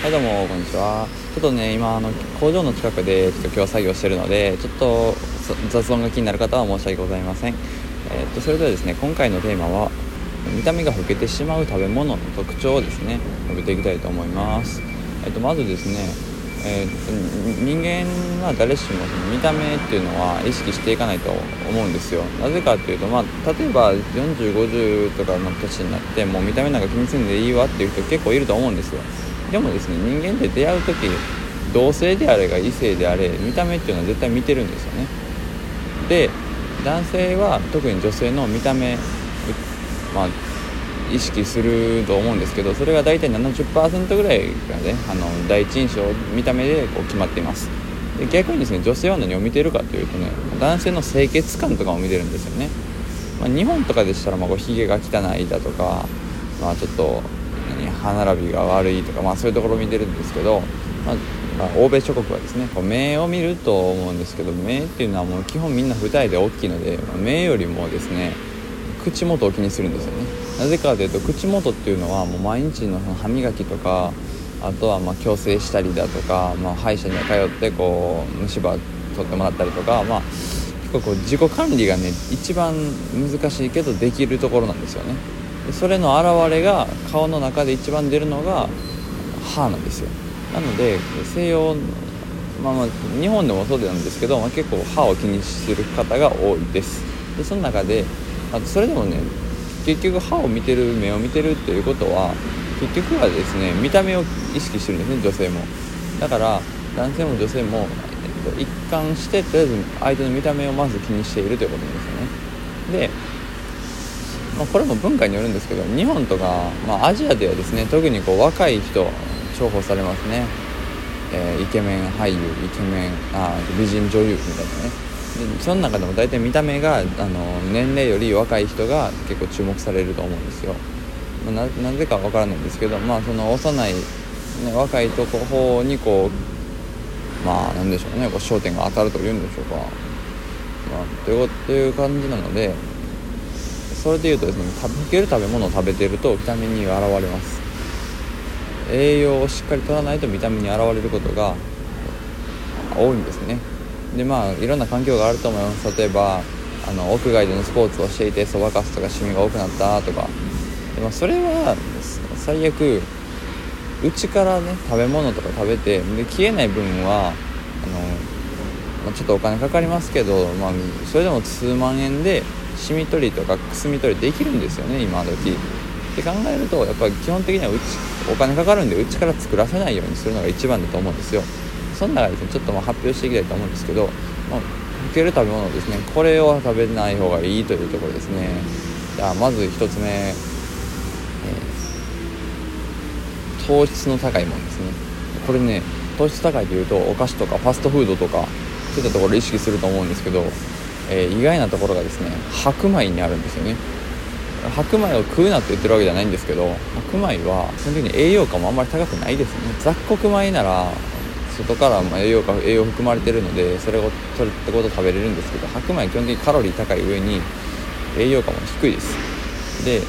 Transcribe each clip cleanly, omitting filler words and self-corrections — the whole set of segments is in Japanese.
はい、どうもこんにちは。ちょっとね、今工場の近くでちょっと今日作業してるので、ちょっと雑音が気になる方は申し訳ございません。それではですね、今回のテーマは見た目が老けてしまう食べ物の特徴をですね、述べていきたいと思います。まずですね、人間は誰しもその見た目っていうのは意識していかないと思うんですよ。なぜかっていうと、例えば40、50とかの年になってもう見た目なんか気にせんでいいわっていう人結構いると思うんですよ。でもですね、人間って出会う時、同性であれが異性であれ見た目っていうのは絶対見てるんですよね。で、男性は特に女性の見た目、意識すると思うんですけど、それが大体 70% ぐらいがね、第一印象見た目でこう決まっています。で、逆にですね、女性は何を見てるかというとね、男性の清潔感とかも見てるんですよね。日本とかでしたらひげが汚いだとか、ちょっと歯並びが悪いとか、そういうところを見てるんですけど、欧米諸国はですね、目を見ると思うんですけど、目っていうのはもう基本みんな二重で大きいので、目よりもですね口元を気にするんですよね。なぜかというと、口元っていうのはもう毎日の歯磨きとか、あとは矯正したりだとか、歯医者に通ってこう虫歯取ってもらったりとか、結構こう自己管理がね一番難しいけどできるところなんですよね。でそれの表れが顔の中で一番出るのが歯なんですよ。なので西洋、日本でもそうなんですけど、結構歯を気にする方が多いです。でその中でそれでもね、結局歯を見てる、目を見てるっていうことは結局はですね、見た目を意識してるんですね、女性も。だから男性も女性も、一貫してとりあえず相手の見た目をまず気にしているということなんですよね。で、これも文化によるんですけど、日本とか、アジアではですね、特にこう若い人重宝されますね。イケメン俳優、イケメン美人女優みたいなね。でその中でも大体見た目が年齢より若い人が結構注目されると思うんですよ。なぜかわからないんですけど、その幼い、若いとこ方にこうなんでしょうね、こう焦点が当たるというんでしょうか。という感じなので、それでいうとですね、食べる食べ物を食べてると見た目に現れます。栄養をしっかり取らないと見た目に現れることが多いんですね。でいろんな環境があると思います。例えば屋外でのスポーツをしていてそばかすとかシミが多くなったとかで、それは最悪内からね、食べ物とか食べてで消えない分はちょっとお金かかりますけど、それでも数万円でシミ取りとかくすみ取りできるんですよね、今時って考えると、やっぱり基本的にはお金かかるんで内から作らせないようにするのが一番だと思うんですよ。その中でですね、ちょっと発表していきたいと思うんですけど、受ける食べ物ですね、これを食べない方がいいというところですね。じゃあまず一つ目、糖質の高いものですね。これね、糖質高いというとお菓子とかファストフードとかそういったところを意識すると思うんですけど、意外なところがですね、白米にあるんですよね。白米を食うなって言ってるわけじゃないんですけど、白米は基本的に栄養価もあんまり高くないですね。雑穀米なら外から栄養含まれてるので、それを取るってこと食べれるんですけど、白米は基本的にカロリー高い上に栄養価も低いです。で、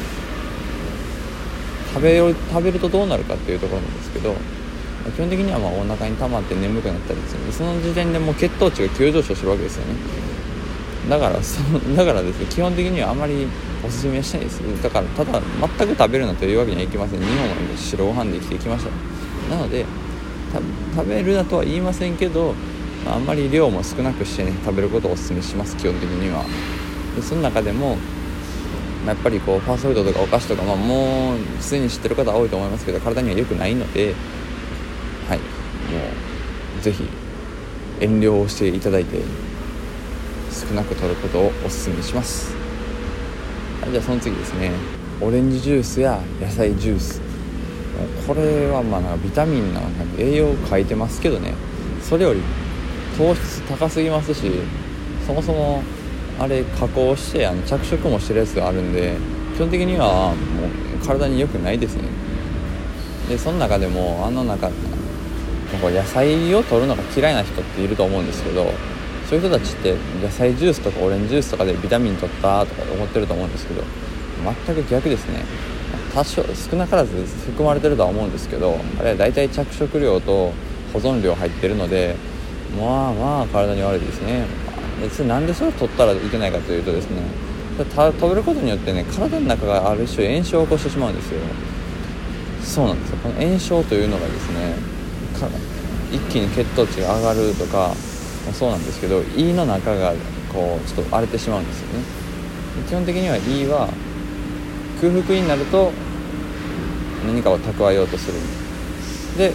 食べるとどうなるかっていうところなんですけど、基本的にはお腹に溜まって眠くなったりするんで、その時点でもう血糖値が急上昇するわけですよね。だからですね、基本的にはあまりおすすめはしないです。だからただ全く食べるなというわけにはいきません。日本は白ご飯で生きていきました。なので食べるなとは言いませんけど、あんまり量も少なくしてね、食べることをおすすめします、基本的には。でその中でもやっぱりこうファーストフードとかお菓子とか、もうすでに知ってる方多いと思いますけど、体には良くないので、もうぜひ遠慮をしていただいて少なく摂ることをおすすめします。じゃあその次ですね、オレンジジュースや野菜ジュース、これはビタミンなんか栄養書いてますけどね、それより糖質高すぎますし、そもそもあれ加工して着色もしてるやつがあるんで、基本的にはもう体に良くないですね。でその中でも野菜を摂るのが嫌いな人っていると思うんですけど、そういう人たちって野菜ジュースとかオレンジジュースとかでビタミン取ったとか思ってると思うんですけど、全く逆ですね。 多少少なからず含まれてるとは思うんですけど、あれはだいたい着色料と保存料入ってるので、まあ体に悪いですね。なんでそれを取ったらいけないかというとですね、食べることによってね、体の中がある種炎症を起こしてしまうんですよ。そうなんですよ。この炎症というのがですね、一気に血糖値が上がるとかもそうなんですけど、胃の中がこうちょっと荒れてしまうんですよね。基本的には胃は空腹になると何かを蓄えようとする。で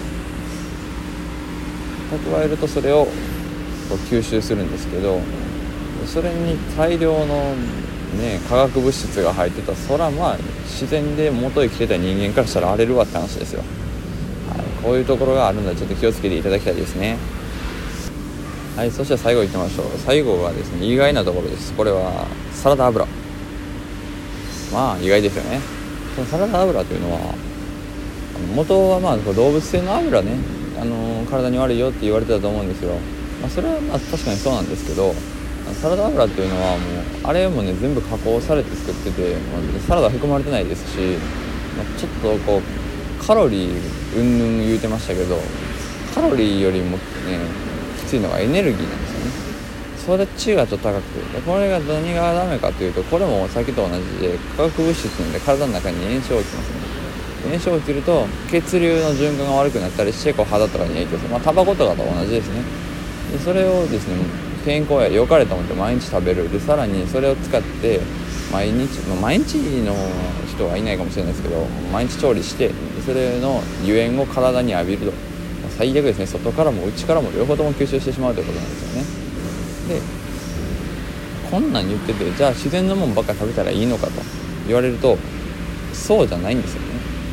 蓄えるとそれをこう吸収するんですけど、それに大量のね化学物質が入ってたら、そらまあ自然で元生きてた人間からしたら荒れるわって話ですよ。はい、こういうところがあるのでちょっと気をつけていただきたいですね。はい、そして最後いってみましょう。最後はですね、意外なところです。これはサラダ油。まあ意外ですよね。このサラダ油というのは元はまあ動物性の油ね、体に悪いよって言われてたと思うんですよ。それはまあ確かにそうなんですけど、サラダ油っていうのはもうあれもね全部加工されて作ってて、サラダ含まれてないですし、ちょっとこうカロリーうんぬん言うてましたけど、カロリーよりもねきついのがエネルギーなんですよね。それ値がちょっと高くて、これが何がダメかというと、これもさっきと同じで化学物質なんで体の中に炎症が起きますね。炎症が起きると血流の循環が悪くなったりして肌とかに影響する。タバコとかと同じですね。でそれをですね、健康や良かれと思って毎日食べる。でさらにそれを使って毎日の人はいないかもしれないですけど、毎日調理してそれの油煙を体に浴びると最悪ですね。外からも内からも両方とも吸収してしまうということなんですよね。でこんなん言ってて、じゃあ自然のもんばっか食べたらいいのかと言われると、そうじゃないんですよね。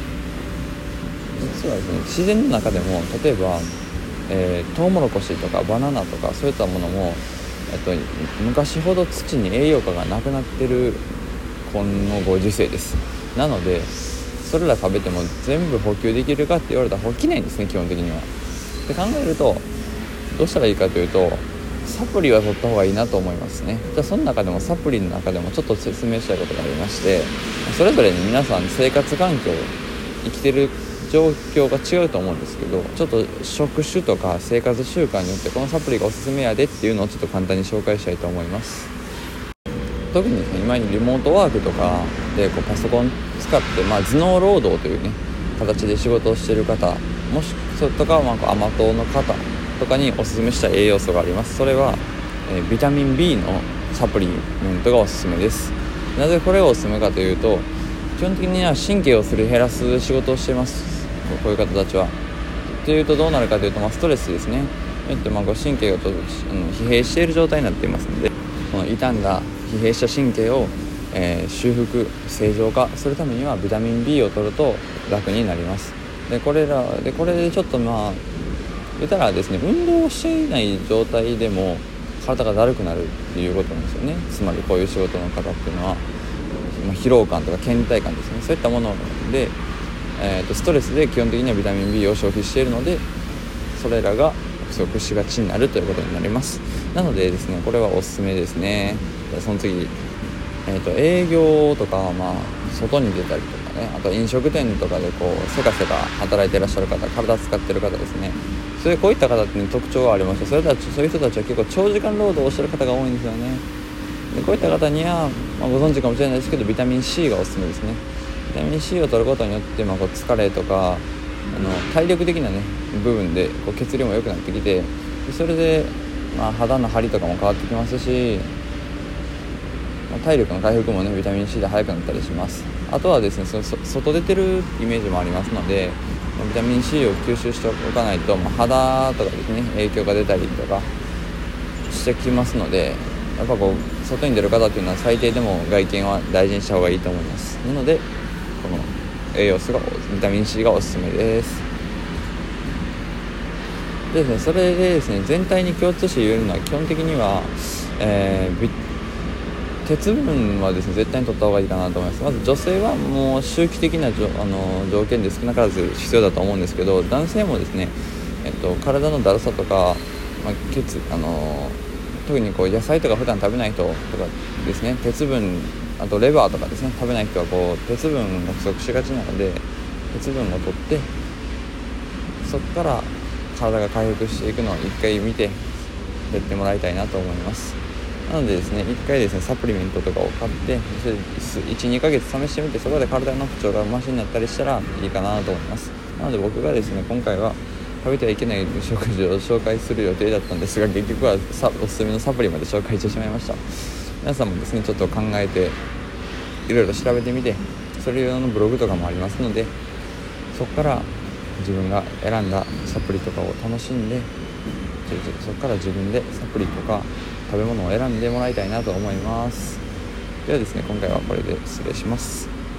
実はですね、自然の中でも例えば、トウモロコシとかバナナとかそういったものも、昔ほど土に栄養価がなくなってるこのご時世です。なのでそれら食べても全部補給できるかって言われたら起きないんですね、基本的には。で考えるとどうしたらいいかというと、サプリは取った方がいいなと思いますね。じゃあその中でもサプリの中でもちょっと説明したいことがありまして、それぞれに皆さん生活環境、生きてる状況が違うと思うんですけど、ちょっと食種とか生活習慣によってこのサプリがおすすめやでっていうのをちょっと簡単に紹介したいと思います。特にですね、今にリモートワークとかでこうパソコン使って、頭脳労働というね形で仕事をしている方、もしそれとか甘党の方とかにおすすめした栄養素があります。それは、ビタミン B のサプリメントがおすすめです。なぜこれがおすすめかというと、基本的には神経をすり減らす仕事をしています。こういう方たちはというとどうなるかというと、ストレスですね。神経が疲弊している状態になっていますので、この傷んだ疲弊した神経を、修復正常化するためにはビタミン B を取ると楽になります。でこれでちょっと言ったらですね、運動をしていない状態でも体がだるくなるっていうことなんですよね。つまりこういう仕事の方っていうのは、疲労感とか倦怠感ですね、そういったもので、ストレスで基本的にはビタミン B を消費しているので、それらが不足しがちになるということになります。なのでですね、これはおすすめですね。その次、営業とか、外に出たりとかね、あと飲食店とかでこうせかせか働いていらっしゃる方、体使ってる方ですね。こういった方って、特徴がありまして、そういう人たちは結構長時間労働をしている方が多いんですよね。でこういった方には、ご存知かもしれないですけど、ビタミン C がおすすめですね。ビタミン C を取ることによって、疲れとか体力的なね部分でこう血流も良くなってきて、それで、肌の張りとかも変わってきますし、体力の回復もねビタミン C で早くなったりします。あとはですね、外出てるイメージもありますので、ビタミン C を吸収しておかないと、肌とかですね影響が出たりとかしてきますので、やっぱこう外に出る方っていうのは最低でも外見は大事にした方がいいと思います。なのでこの栄養素がビタミン C がおすすめです。でですね、それでですね、全体に共通して言えるのは基本的には、鉄分はですね絶対に取った方がいいかなと思います。まず女性はもう周期的な条件で少なからず必要だと思うんですけど、男性もですね、体のだるさとか、特にこう野菜とか普段食べない人とかですね、鉄分あとレバーとかですね、食べない人は鉄分が不足しがちなので鉄分を取って、そこから体が回復していくのを一回見てやってもらいたいなと思います。なのでですね、一回ですねサプリメントとかを買って、それ 1,2 ヶ月試してみて、そこで体の不調がマシになったりしたらいいかなと思います。なので僕がですね、今回は食べてはいけない食事を紹介する予定だったんですが、結局はおすすめのサプリまで紹介してしまいました。皆さんもですねちょっと考えていろいろ調べてみて、それ用のブログとかもありますので、そこから自分が選んだサプリとかを楽しんで、そこから自分でサプリとか食べ物を選んでもらいたいなと思います。ではですね、今回はこれで失礼します。